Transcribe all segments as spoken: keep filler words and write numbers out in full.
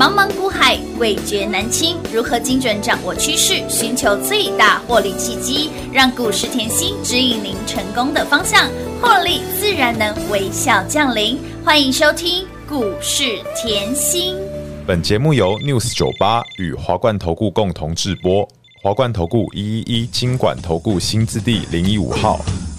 茫茫股海，味觉难清。如何精准掌握趋势，寻求最大获利契机，让股市甜心指引您成功的方向，获利自然能微笑降临。欢迎收听股市甜心。 本节目由 News 九八与华冠投顾共同制播，华冠投顾一一一金管投顾新字第零一五号。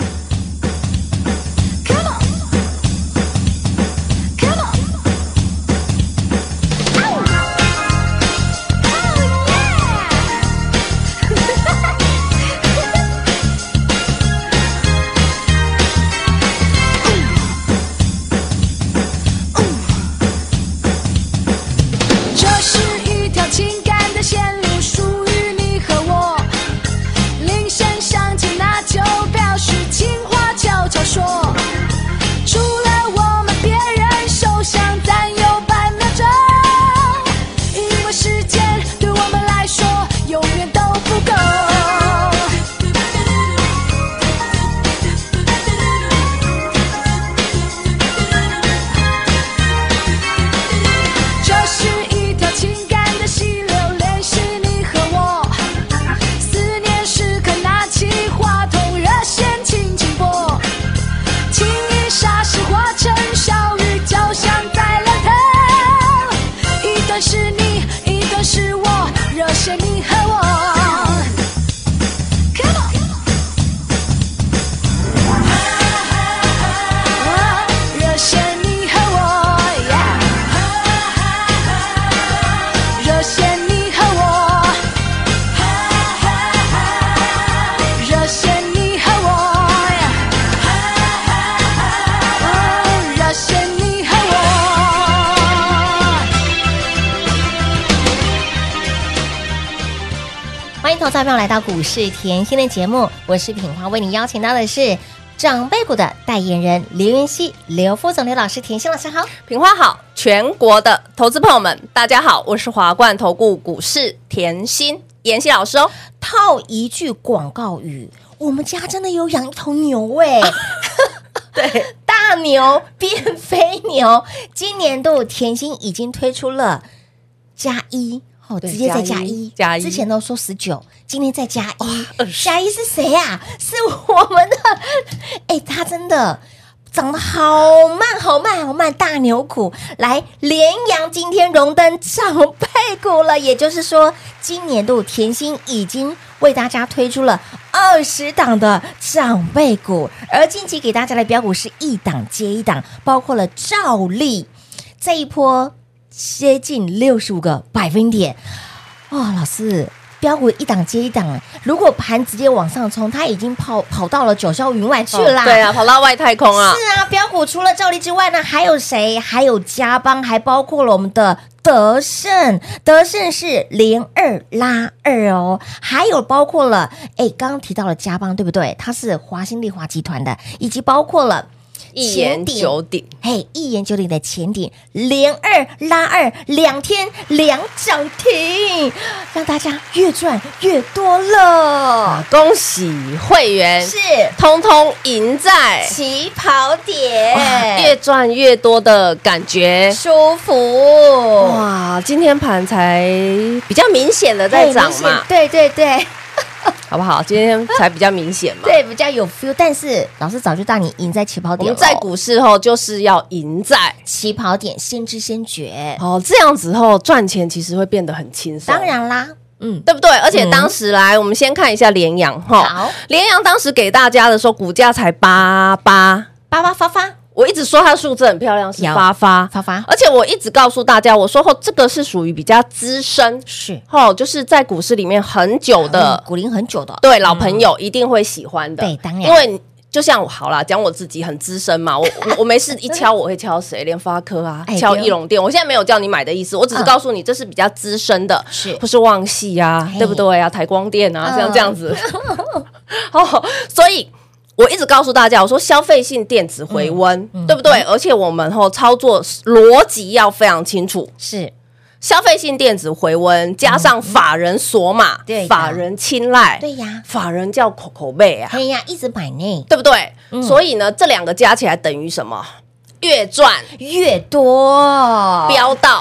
投资朋友来到股市甜心的节目，我是品花，为你邀请到的是长辈股的代言人刘元熙、刘副总、刘老师。甜心老师好， 品花好，全国的投资朋友们大家好，我是华冠投顾股市甜心妍希老师哦。 套一句广告语，我们家真的有养一头牛哎、欸，对，大牛变飞牛。今年度甜心已经推出了加一。哦，直接再加一， 加一， 之前都说十九，今天再加一，加一是谁呀、啊？是我们的，哎，他真的长得好慢，好慢，好慢，大牛股来，联阳今天荣登长辈股了，也就是说，今年度甜心已经为大家推出了二十档的长辈股，而近期给大家的标股是一档接一档，包括了兆利这一波。接近六十五个百分点，哇、哦！老师，标股一档接一档，如果盘直接往上冲，它已经跑跑到了九霄云外去啦、 哦。对啊，跑到外太空啊！ 是啊，标股除了兆利之外呢，还有谁？还有嘉邦，还包括了我们的德胜，德胜是连二拉二哦，还有包括了，哎，刚刚提到了嘉邦，对不对？它是华新丽华集团的，以及包括了。 一言九鼎， 嘿，一言九鼎的前鼎连二拉二，两天两涨停，让大家越赚越多了。 啊、恭喜会员是通通赢在起跑点， 越赚越多的感觉， 舒服哇！今天盘才比较明显的在涨嘛， 对对对。 好不好？今天才比较明显嘛， 对，比较有 feel。但是老师早就带你赢在起跑点了。 我们在股市后就是要赢在起跑点，先知先觉。 哦，这样子后赚钱其实会变得很轻松。 当然啦，嗯， 对不对？而且当时来，嗯、我们先看一下联阳哈。好，联阳当时给大家的时候，股价才八八八八发发。 我一直说它数字很漂亮，是发发发发， 而且我一直告诉大家，我说后这个是属于比较资深， 是哦，就是在股市里面很久的、 嗯、股龄很久的， 对老朋友一定会喜欢的， 对，当然， 因为就像我好啦，讲我自己很资深嘛，我我我没事一敲我会敲谁？联发科啊， 哎、 敲义隆电。我现在没有叫你买的意思，我只是告诉你这是比较资深的， 是、嗯、 或是旺系啊，对不对啊？台光电啊，像这样子，哦，所以。我一直告诉大家，我说消费性电子回温，嗯嗯、对不对？而且我们后操作逻辑要非常清楚， 是消费性电子回温，加上法人锁码， 对、嗯， 法人青睐， 对呀， 法人叫口口贝啊， 对呀，一直买呢， 对不对？ 嗯、 所以呢，这两个加起来等于什么？越赚越多， 飙到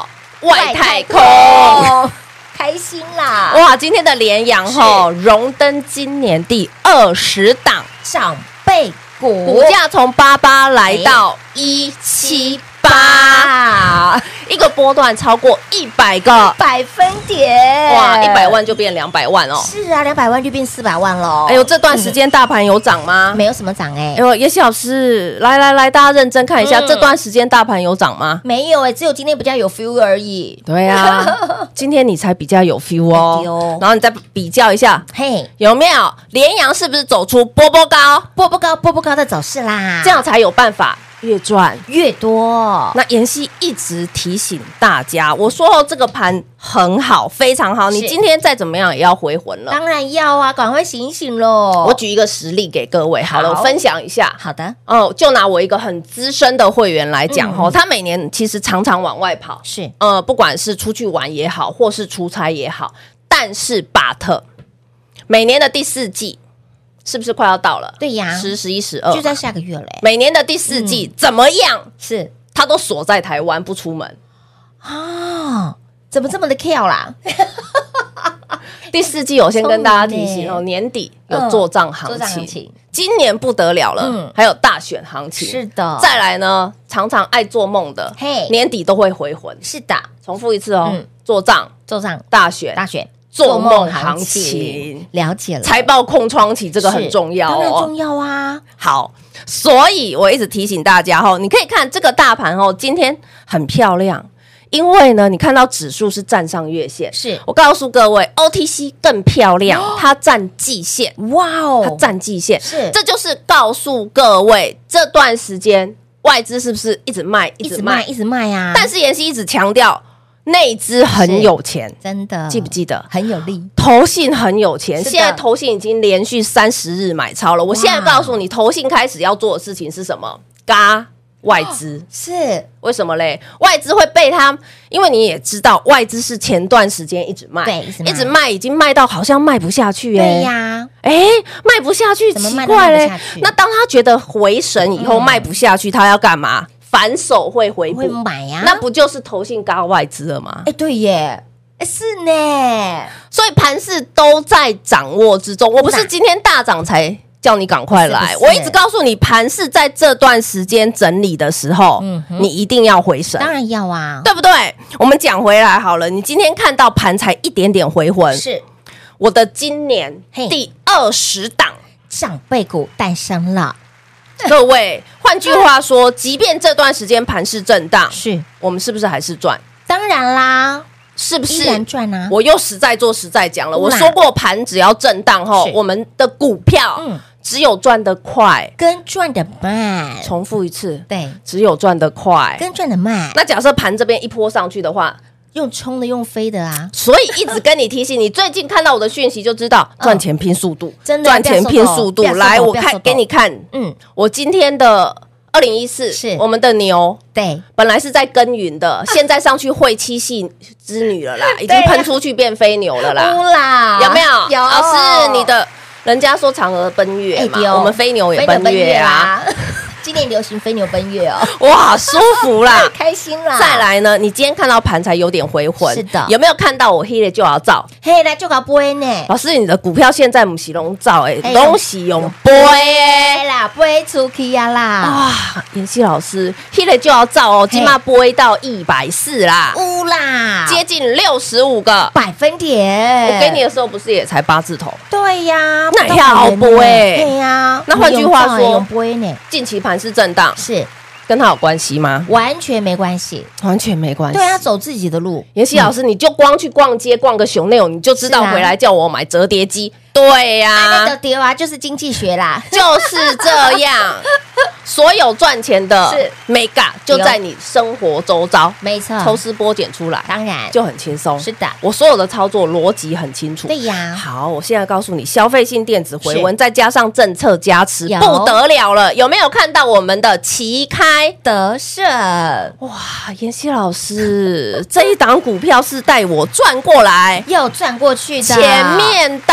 外太空。 开心啦！ 哇，今天的联阳吼荣登今年第二十档长辈股， 股价从八八来到一七八，一个波段超过一百个百分点， 哇，一百万就变两百万哦。 是啊，两百万就变四百万喽。 哎呦，这段时间大盘有涨吗？ 没有什么涨哎。 哎呦，叶希老师，来来来，大家认真看一下，这段时间大盘有涨吗？ 没有哎，只有今天比较有 feel 而已。 对啊，今天你才比较有 feel 哦。然后你再比较一下，嘿，有没有联阳是不是走出波波高、 波波高、波波高的走势啦？ 这样才有办法。越赚越多。 那妍希一直提醒大家，我说哦，这个盘很好，非常好，你今天再怎么样也要回魂了。 当然要啊，赶快醒醒喽！ 我举一个实例给各位，好了，我分享一下。 好的， 哦，就拿我一个很资深的会员来讲哈，他每年其实常常往外跑， 是呃，不管是出去玩也好，或是出差也好，但是 but 每年的第四季。是不是快要到了？ 对呀， 十、十一、十二， 就在下个月嘞。 每年的第四季、嗯、怎么样？ 是他都锁在台湾不出门啊？怎么这么的 Q 啦？ 第四季我先跟大家提醒哦，年底有做账行情，嗯、今年不得了了，嗯、还有大选行情。 是的， 再来呢，常常爱做梦的，嘿，年底都会回魂。 是的， 重复一次哦，嗯、做账、 做账、 大选、 大选。 做梦行情， 了解了。 财报空窗期这个很重要哦， 当然重要啊。 好，所以我一直提醒大家哦，你可以看这个大盘哦，今天很漂亮，因为呢，你看到指数是站上月线， 是我告诉各位 ，O T C 更漂亮，它站季线， 哇哦， 它站季线， 是， 这就是告诉各位这段时间外资是不是一直卖， 一直卖，一直卖啊？ 但是妍希一直强调。内资很有钱， 真的记不记得？ 很有力， 投信很有钱。现在投信已经连续三十日买超了。我现在告诉你，投信开始要做的事情是什么？嘎外资、哦、 是为什么嘞？外资会被他，因为你也知道，外资是前段时间一直卖， 对，一直卖， 一直卖已经卖到好像卖不下去、欸。 对呀， 哎、欸，卖不下去，奇怪嘞。那当他觉得回神以后、嗯、卖不下去，他要干嘛？反手会回补， 会买呀、啊， 那不就是投信嘎外资了吗？ 哎、欸，对耶，哎是呢， 所以盘势都在掌握之中。我不是今天大涨才叫你赶快来，我一直告诉你，盘势在这段时间整理的时候，嗯、你一定要回神， 当然要啊， 对不对？我们讲回来好了，你今天看到盘才一点点回魂， 是我的今年第二十档长辈股诞生了。 各位，换句话说，即便这段时间盘势震荡， 是我们是不是还是赚？ 当然啦， 是不是依然赚啊？ 我又实在做实在讲了，我说过盘只要震荡后，我们的股票只有赚得快跟赚得慢。 重复一次， 对， 只有赚得快跟赚得慢。 那假设盘这边一波上去的话， 用冲的用飞的啊， 所以一直跟你提醒，你最近看到我的讯息就知道赚钱拼速度， 真的赚钱拼速度。来，我看给你看，嗯，我今天的二零一四是我们的牛， 对， 本来是在耕耘的，现在上去会七系之女了啦，已经喷出去变飞牛了啦， 啦， 有没有？ 有， 老师，你的人家说嫦娥奔月嘛，我们飞牛也奔月啊。 今年流行飞牛奔月哦， 哇，舒服啦， 开心啦！ 再来呢，你今天看到盘才有点回魂， 是的， 有没有看到我黑的就要照？ 黑的就搞杯呢？ 老师，你的股票现在不是拢照哎，拢是用杯哎啦，杯出去呀啦！ 哇，妍希老师，黑的就要照哦，今嘛杯到一百四啦， 乌啦， 接近六十五个百分点。 我给你的时候不是也才八字头？ 对呀， 那也要杯， 对呀。 那换句话说， 杯呢？ 近期盘。盘是震荡， 是跟他有关系吗？ 完全没关系， 完全没关系。 对啊，走自己的路。 妍希老师，你就光去逛街逛个熊内容，你就知道回来叫我买折叠机。对呀、 啊，那个丢啊，就是经济学啦， 就是这样。所有赚钱的是 mega 就在你生活周遭， 没错， 抽丝剥茧出来， 当然就很轻松。 是的， 我所有的操作逻辑很清楚。 对呀， 好，我现在告诉你，消费性电子回温，再加上政策加持，不得了了。有没有看到我们的旗开得胜？ 哇，妍希老师，这一档股票是带我转过来， 又转过去的。 前面当时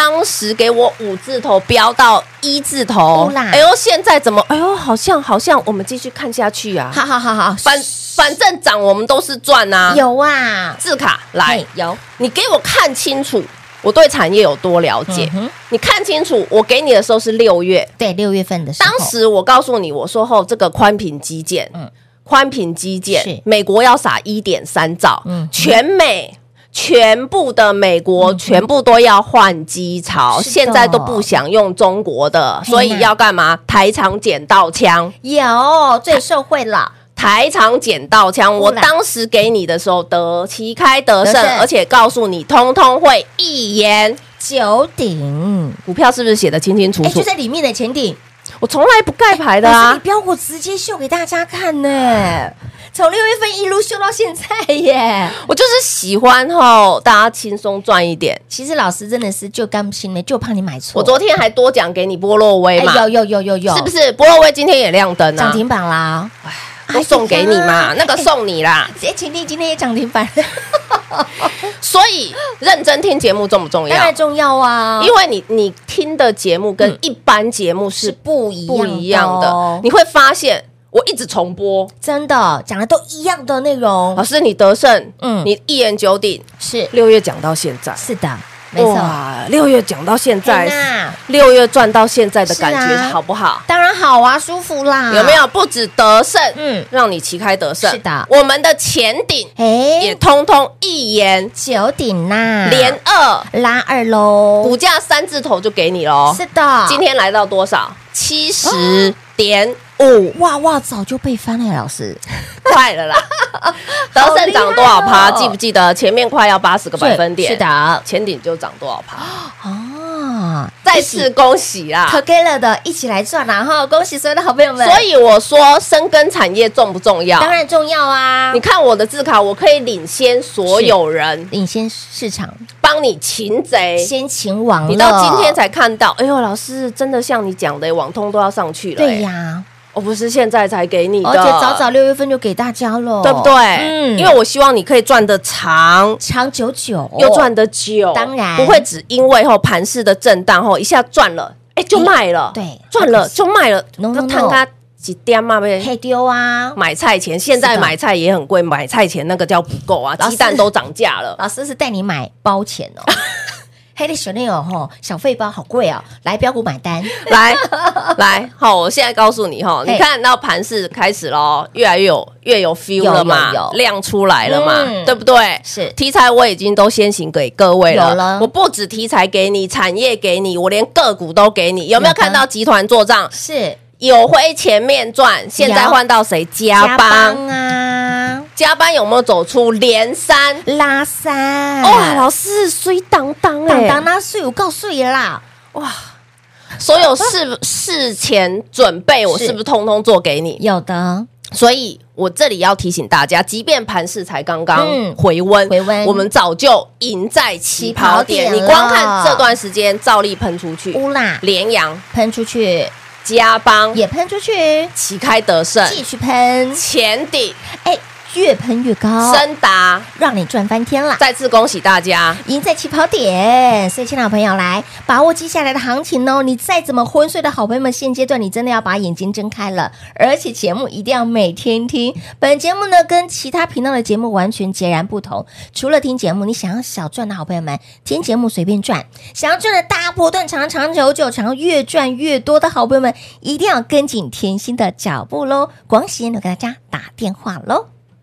时给我五字头飙到一字头，哎呦，现在怎么？哎呦，好像好像，我们继续看下去啊！ 好好好好， 反反正涨我们都是赚啊。 有啊， 字卡来有， 你给我看清楚。我对产业有多了解？嗯、你看清楚，我给你的时候是六月， 对，六月份的时候。 当时我告诉你，我说后这个宽频基建，嗯，宽频基建，美国要撒一点三兆，嗯，全美全部的美国、嗯、全部都要换机槽，现在都不想用中国的，所以要干嘛？台厂捡到枪， 有最受惠了。 台厂捡到枪，我当时给你的时候得旗开得胜，而且告诉你通通会一言九鼎， 股票是不是写得清清楚楚？ 就在里面的前顶， 我从来不盖牌的啊！ 你标股直接秀给大家看呢，从六月份一路秀到现在耶！ 我就是喜欢吼大家轻松赚一点。 其实老师真的是就甘心的，就怕你买错。 我昨天还多讲给你波洛威嘛， 有有有有有， 是不是？波洛威今天也亮灯啊， 涨停板啦！ 都送给你嘛，那个送你啦。 哎，请你今天也涨停板， 所以认真听节目重不重要？ 当然重要啊， 因为你你听的节目跟一般节目是不一不一样的， 你会发现我一直重播， 真的讲的都一样的内容。 老师，你得胜，嗯，你一言九鼎， 是六月讲到现在， 是的。没错， 六月讲到现在，六月赚到现在的感觉好不好？ 当然好啊，舒服啦。 有没有？不止得胜，嗯，让你旗开得胜。 是的， 我们的前顶也通通一言九鼎呐， 连二拉二喽， 股价三字头就给你喽。 是的， 今天来到多少？七十点五， 哇哇，早就被翻了，老师， 快了啦！得胜涨多少趴？记不记得？前面快要八十个百分点， 是的， 前顶就涨多少趴？ 啊！ 再次恭喜啦 ，Together 的一起来赚啦！哈，恭喜所有的好朋友们。 所以我说，深耕产业重不重要？ 当然重要啊！ 你看我的字卡，我可以领先所有人， 领先市场， 帮你擒贼， 先擒王。 你到今天才看到，哎呦，老师真的像你讲的，网通都要上去了。 对呀。 我不是现在才给你的， 而且早早六月份就给大家了， 对不对？嗯，因为我希望你可以赚得长长久久， 又赚得久， 当然不会只因为后盘势的震荡后一下赚了，哎就卖了， 对， 赚了就卖了， 那看他几点嘛呗， 黑丢啊！ 买菜钱现在买菜也很贵，买菜钱那个叫不够啊，鸡蛋都涨价了。 老师是带你买包钱哦。黑的小内哦吼，小费包好贵哦，来标股买单， 来来，好，我现在告诉你哈，你看到盘势开始咯，越来越有越有 feel 了嘛，量出来了嘛，嗯、对不对？ 是题材我已经都先行给各位了，了我不止题材给你，产业给你，我连个股都给你，有没有看到集团做账？ 是。 友辉前面赚，现在换到谁？嘉邦啊！嘉邦有没有走出连三拉三？ 哇，老师水当当哎， 当当那水有够水啦！哇， 所有事事前准备，我是不是通通做给你？ 有的。 所以我这里要提醒大家，即便盘势才刚刚回温， 回温， 我们早就赢在起跑点。你光看这段时间，照例喷出去， 乌啦， 联阳喷出去。 嘉邦也喷出去， 旗开得胜， 继续喷， 前顶， 哎，越喷越高， 深达让你赚翻天了！ 再次恭喜大家， 赢在起跑点。所以，亲爱的朋友，来把握接下来的行情哦！你再怎么昏睡的好朋友们，现阶段你真的要把眼睛睁开了，而且节目一定要每天听。本节目呢，跟其他频道的节目完全截然不同。除了听节目，你想要小赚的好朋友们，听节目随便赚；想要赚的大波段、长长久久、想要越赚越多的好朋友们，一定要跟紧甜心的脚步喽！广喜也给大家打电话喽。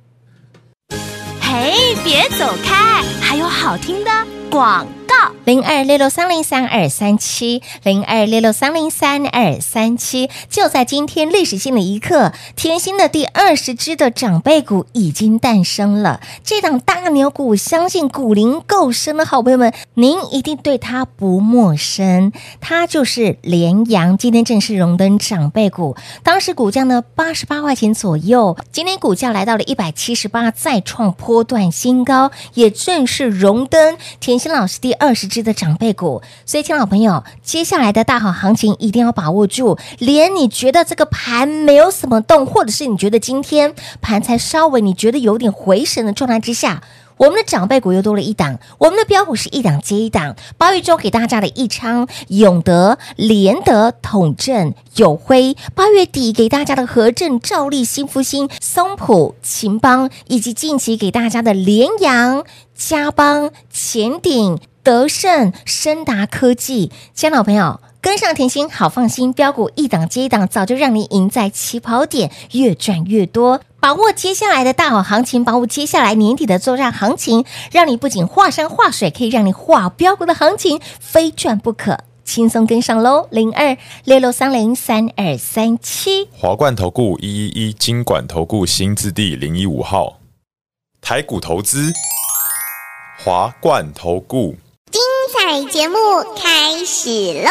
嘿，别走开，还有好听的广告。 零二六六三零三二三七，零二六六三零三二三七，就在今天历史性的一刻，甜心的第二十只的长辈股已经诞生了。这档大牛股，相信股龄够深的好朋友们，您一定对它不陌生。它就是联阳，今天正式荣登长辈股，当时股价呢八十八块钱左右，今天股价来到了一百七十八，再创波段新高，也正式荣登甜心老师第二十只的长辈股。所以亲爱的朋友，接下来的大好行情一定要把握住，连你觉得这个盘没有什么动，或者是你觉得今天盘才稍微你觉得有点回神的状态之下， 我们的长辈股又多了一档，我们的标股是一档接一档。八月中给大家的益昌、永德、联德、统正、友辉，八月底给大家的和正、兆利、新福兴、松浦、秦邦，以及近期给大家的联阳、嘉邦、前鼎、德胜、深达科技，亲爱的朋友。跟上甜心好放心，标股一档接一档，早就让你赢在起跑点，越赚越多。把握接下来的大好行情，把握接下来年底的作战行情，让你不仅画山画水，可以让你画标股的行情，非赚不可。轻松跟上喽，零二六六三零三二三七。 华冠投顾一一一金管投顾新字第零一五号，台股投资，华冠投顾。 彩节目开始喽！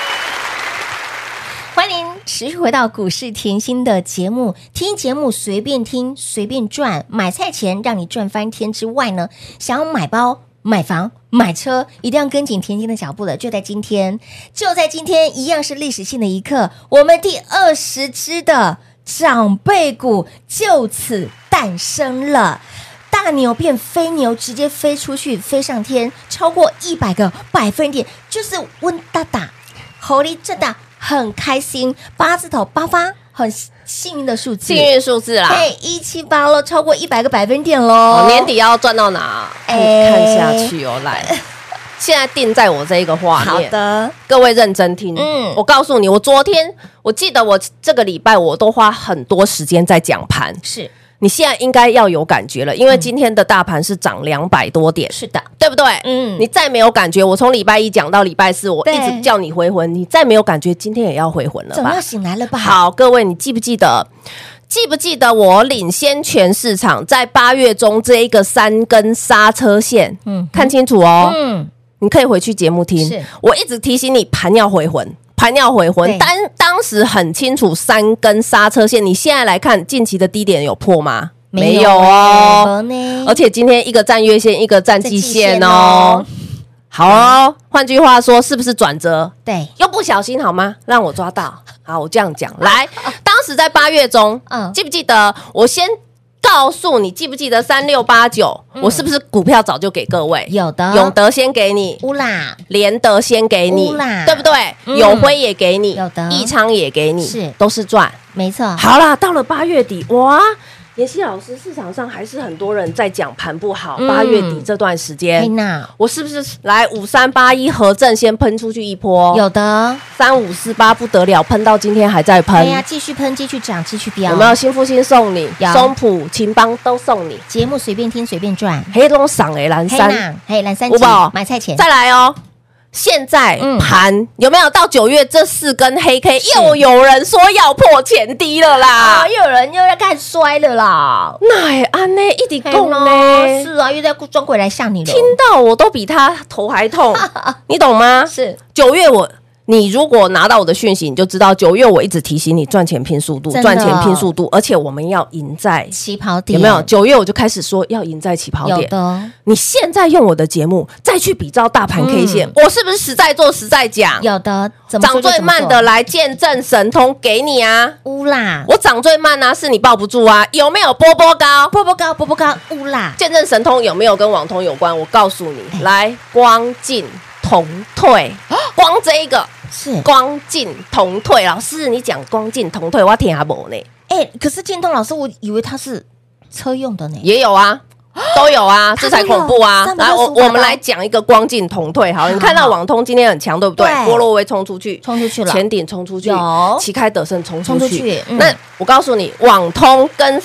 欢迎持续回到股市甜心的节目，听节目随便听随便赚，买菜钱让你赚翻天之外呢，想要买包买房买车，一定要跟紧甜心的脚步了。就在今天，就在今天，一样是历史性的一刻，我们第二十只的长辈股就此诞生了。大牛变飞牛，直接飞出去，飞上天，超过一百个百分点，就是温大大，猴力正大，很开心，八字头八发，很幸运的数字， 幸运数字啦， 嘿，一七八喽，超过一百个百分点喽、 哦。年底要赚到哪？哎，看下去哦，来，现在定在我这一个画面。 好的， 各位认真听。嗯，我告诉你，我昨天我记得我这个礼拜我都花很多时间在讲盘， 是。 你现在应该要有感觉了，因为今天的大盘是涨两百多点， 是的， 对不对？ 嗯， 你再没有感觉，我从礼拜一讲到礼拜四，我一直叫你回魂，你再没有感觉，今天也要回魂了吧？ 总要醒来了吧？ 好，各位，你记不记得？记不记得我领先全市场，在八月中这一个三根刹车线？嗯，看清楚哦。嗯，你可以回去节目听。是我一直提醒你，盘要回魂。盘要回魂，当当时很清楚三根刹车线，你现在来看近期的低点有破吗？没有哦，而且今天一个站月线，一个站季线哦。好哦，换句话说，是不是转折？ 对， 又不小心好吗？让我抓到。好，我这样讲，来，当时在八月中，嗯，记不记得？我先告诉你，记不记得三六八九？我是不是股票早就给各位？ 有的， 永德先给你， 乌啦， 联德先给你， 乌啦， 对不对？嗯、友辉也给你， 有的， 益昌也给你， 是都是赚， 没错。 好啦，到了八月底，哇！妍希老师，市场上还是很多人在讲盘不好。八、嗯、月底这段时间，我是不是来五三八一合正先喷出去一波？ 有的， 三五四八不得了，喷到今天还在喷。 对呀、啊，继续喷，继续涨，继续飙。 有没有新复兴送你？松浦、秦邦都送你。 节目随便听，随便赚。 黑龙赏诶，蓝山， 嘿，蓝山， 五宝买菜钱。 再来哦。现在盘、嗯、有没有到九月这四根黑 K 又有人说要破前低了啦、 啊、又有人又要看衰了啦， 那也安呢一直讲呢， 是啊，又在装鬼来吓你了， 听到我都比他头还痛你懂吗？ 是九月我你如果拿到我的讯息，你就知道九月我一直提醒你赚钱拼速度，赚钱拼速度，而且我们要赢在起跑点， 有没有？九月我就开始说要赢在起跑点。 有的， 你现在用我的节目再去比照大盘 K 线、嗯，我是不是实在做实在讲？ 有的，怎么涨最慢的来见证神通给你啊！ 乌啦， 我涨最慢啊，是你抱不住啊！有没有波波高？ 波波高，波波高，乌啦！ 见证神通有没有跟网通有关？我告诉你，欸、来光进同退，光这一个。是光进同退，老师你讲光进同退，我听下无呢？ 哎、欸，可是建通老师，我以为他是车用的呢， 也有啊，都有啊，这才恐怖啊！来，我我们来讲一个光进同退，好，你看到网通今天很强，对不对？波若威冲出去， 冲出去了， 前顶冲出去， 有旗开得胜冲出去。 去嗯、 那我告诉你，网通跟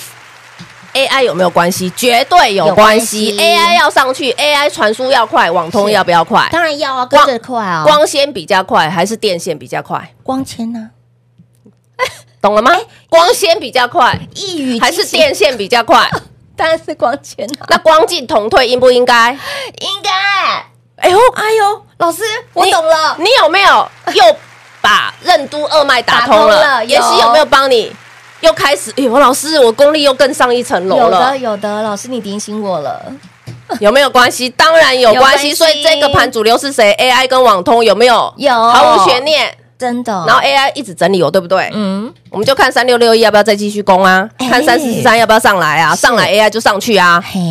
A I 有没有关系？绝对有关系。A I 要上去 ，A I 传输要快，网通要不要快？ 当然要啊，跟着快啊。 光纤比较快还是电线比较快？ 光纤呢、 啊？懂了吗？欸、光纤比较快， 一语还是电线比较快？ 当然是光纤啊。 那光进同退应不应该？ 应该。 哎呦哎呦，老师，我懂了。 你, 你有没有又把任督二脉打通了？妍希有没有帮你？又开始，哎呦，老师，我功力又更上一层楼了。 有的，有的，老师你点醒我了， 有没有关系？当然有关系。所以这个盘主流是谁 ？A I 跟网通有没有？ 有， 毫无悬念， 真的。 然后 A I 一直整理我，对不对？嗯，我们就看三六六一要不要再继续攻啊？欸、看三四四三要不要上来啊？上来 A I 就上去啊。嘿，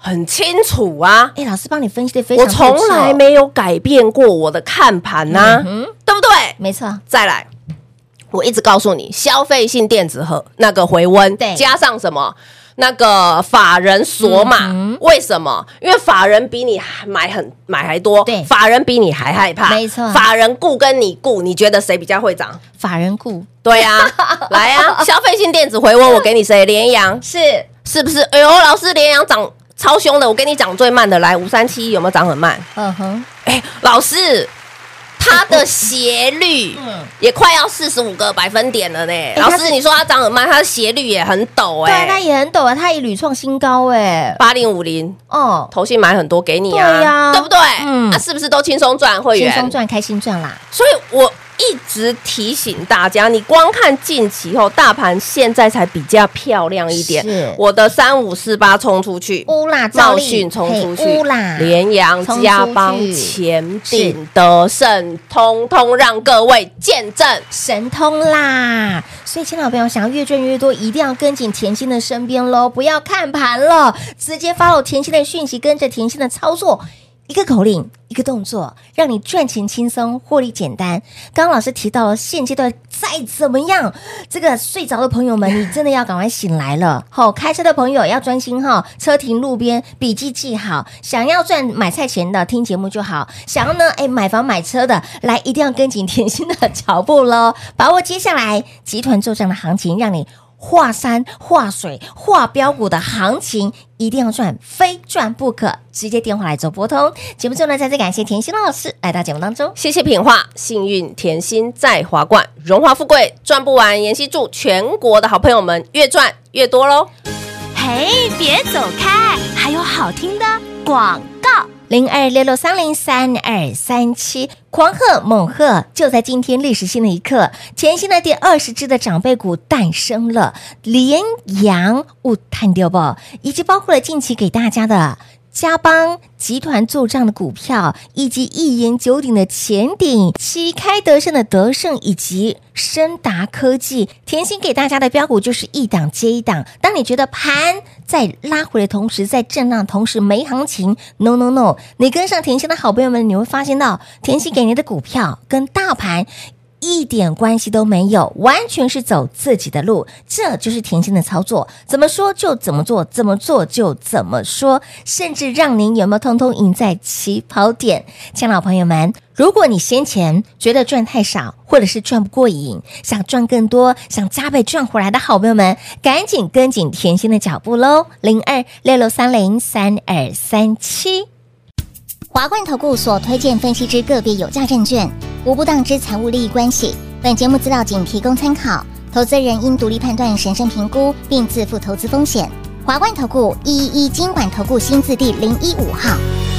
很清楚啊。 哎，老师帮你分析的非常我透彻， 从来没有改变过我的看盘呐、 嗯哼对不对？ 没错， 再来，我一直告诉你，消费性电子和那个回温， 对加上什么？那个法人锁码、 嗯为什么？因为法人比你还买很买还多， 对法人比你还害怕， 没错法人顾跟你顾，你觉得谁比较会涨？ 法人股对啊，来啊，消费性电子回温，我给你谁？联阳是是不是？哎呦，老师，联阳涨超凶的，我跟你讲最慢的，来五三七有没有涨很慢？ 嗯哼， 哎，老师。它的斜率也快要四十五个百分点了呢。老师， 它是你说它涨很慢，它的斜率也很陡对啊，它哎。 也很陡啊，它也屡创新高哎， 八零五零， 哦， 投信买很多给你啊， 对呀对不对？ 嗯啊，是不是都轻松赚会员？ 轻松赚，开心赚啦， 所以我一直提醒大家，你光看近期后，大盘现在才比较漂亮一点。 是我的三五四八冲出去， 乌啦，照例茂讯冲出去， 嘿乌啦， 联阳、 冲出嘉邦、 去前鼎、德胜，通通让各位见证。 神通啦！所以，亲爱的朋友，想要越赚越多，一定要跟紧甜心的身边喽，不要看盘了，直接 follow 甜心的讯息，跟着甜心的操作。一个口令，一个动作，让你赚钱轻松，获利简单。刚刚老师提到了，现阶段再怎么样，这个睡着的朋友们，你真的要赶快醒来了。好、开车的朋友要专心哈，车停路边，笔记记好。想要赚买菜钱的，听节目就好。想要呢，哎，买房买车的，来一定要跟紧甜心的脚步喽，把握接下来集团做账的行情，让你画山、画水、画标股的行情，一定要赚，非赚不可。直接电话来做拨通。节目最后呢，再次感谢甜心老师来到节目当中。 谢谢品画，幸运甜心在华冠，荣华富贵赚不完。妍希祝全国的好朋友们越赚越多喽！ 嘿，别走开，还有好听的广告。 零二六六三零三二三七，狂贺猛贺！就在今天历史性的一刻，甜心的第二十只的长辈股诞生了，联阳、物探丢不，以及包括了近期给大家的嘉邦集团做账的股票，以及一言九鼎的前鼎、旗开得胜的德胜，以及深达科技。甜心给大家的标股就是一档接一档。当你觉得盘在拉回的同时，在震荡的同时没行情 ，no no no， 你跟上甜心的好朋友们，你会发现到甜心给你的股票跟大盘一点关系都没有，完全是走自己的路，这就是甜心的操作。怎么说就怎么做，怎么做就怎么说，甚至让您有没有通通赢在起跑点。亲爱的朋友们，如果你先前觉得赚太少，或者是赚不过瘾，想赚更多，想加倍赚回来的好朋友们，赶紧跟紧甜心的脚步喽！零二六六三零三二三七。 华冠投顾所推荐分析之个别有价证券，无不当之财务利益关系。本节目资料仅提供参考，投资人应独立判断、审慎评估，并自负投资风险。华冠投顾一一一金管投顾新字第零一五号。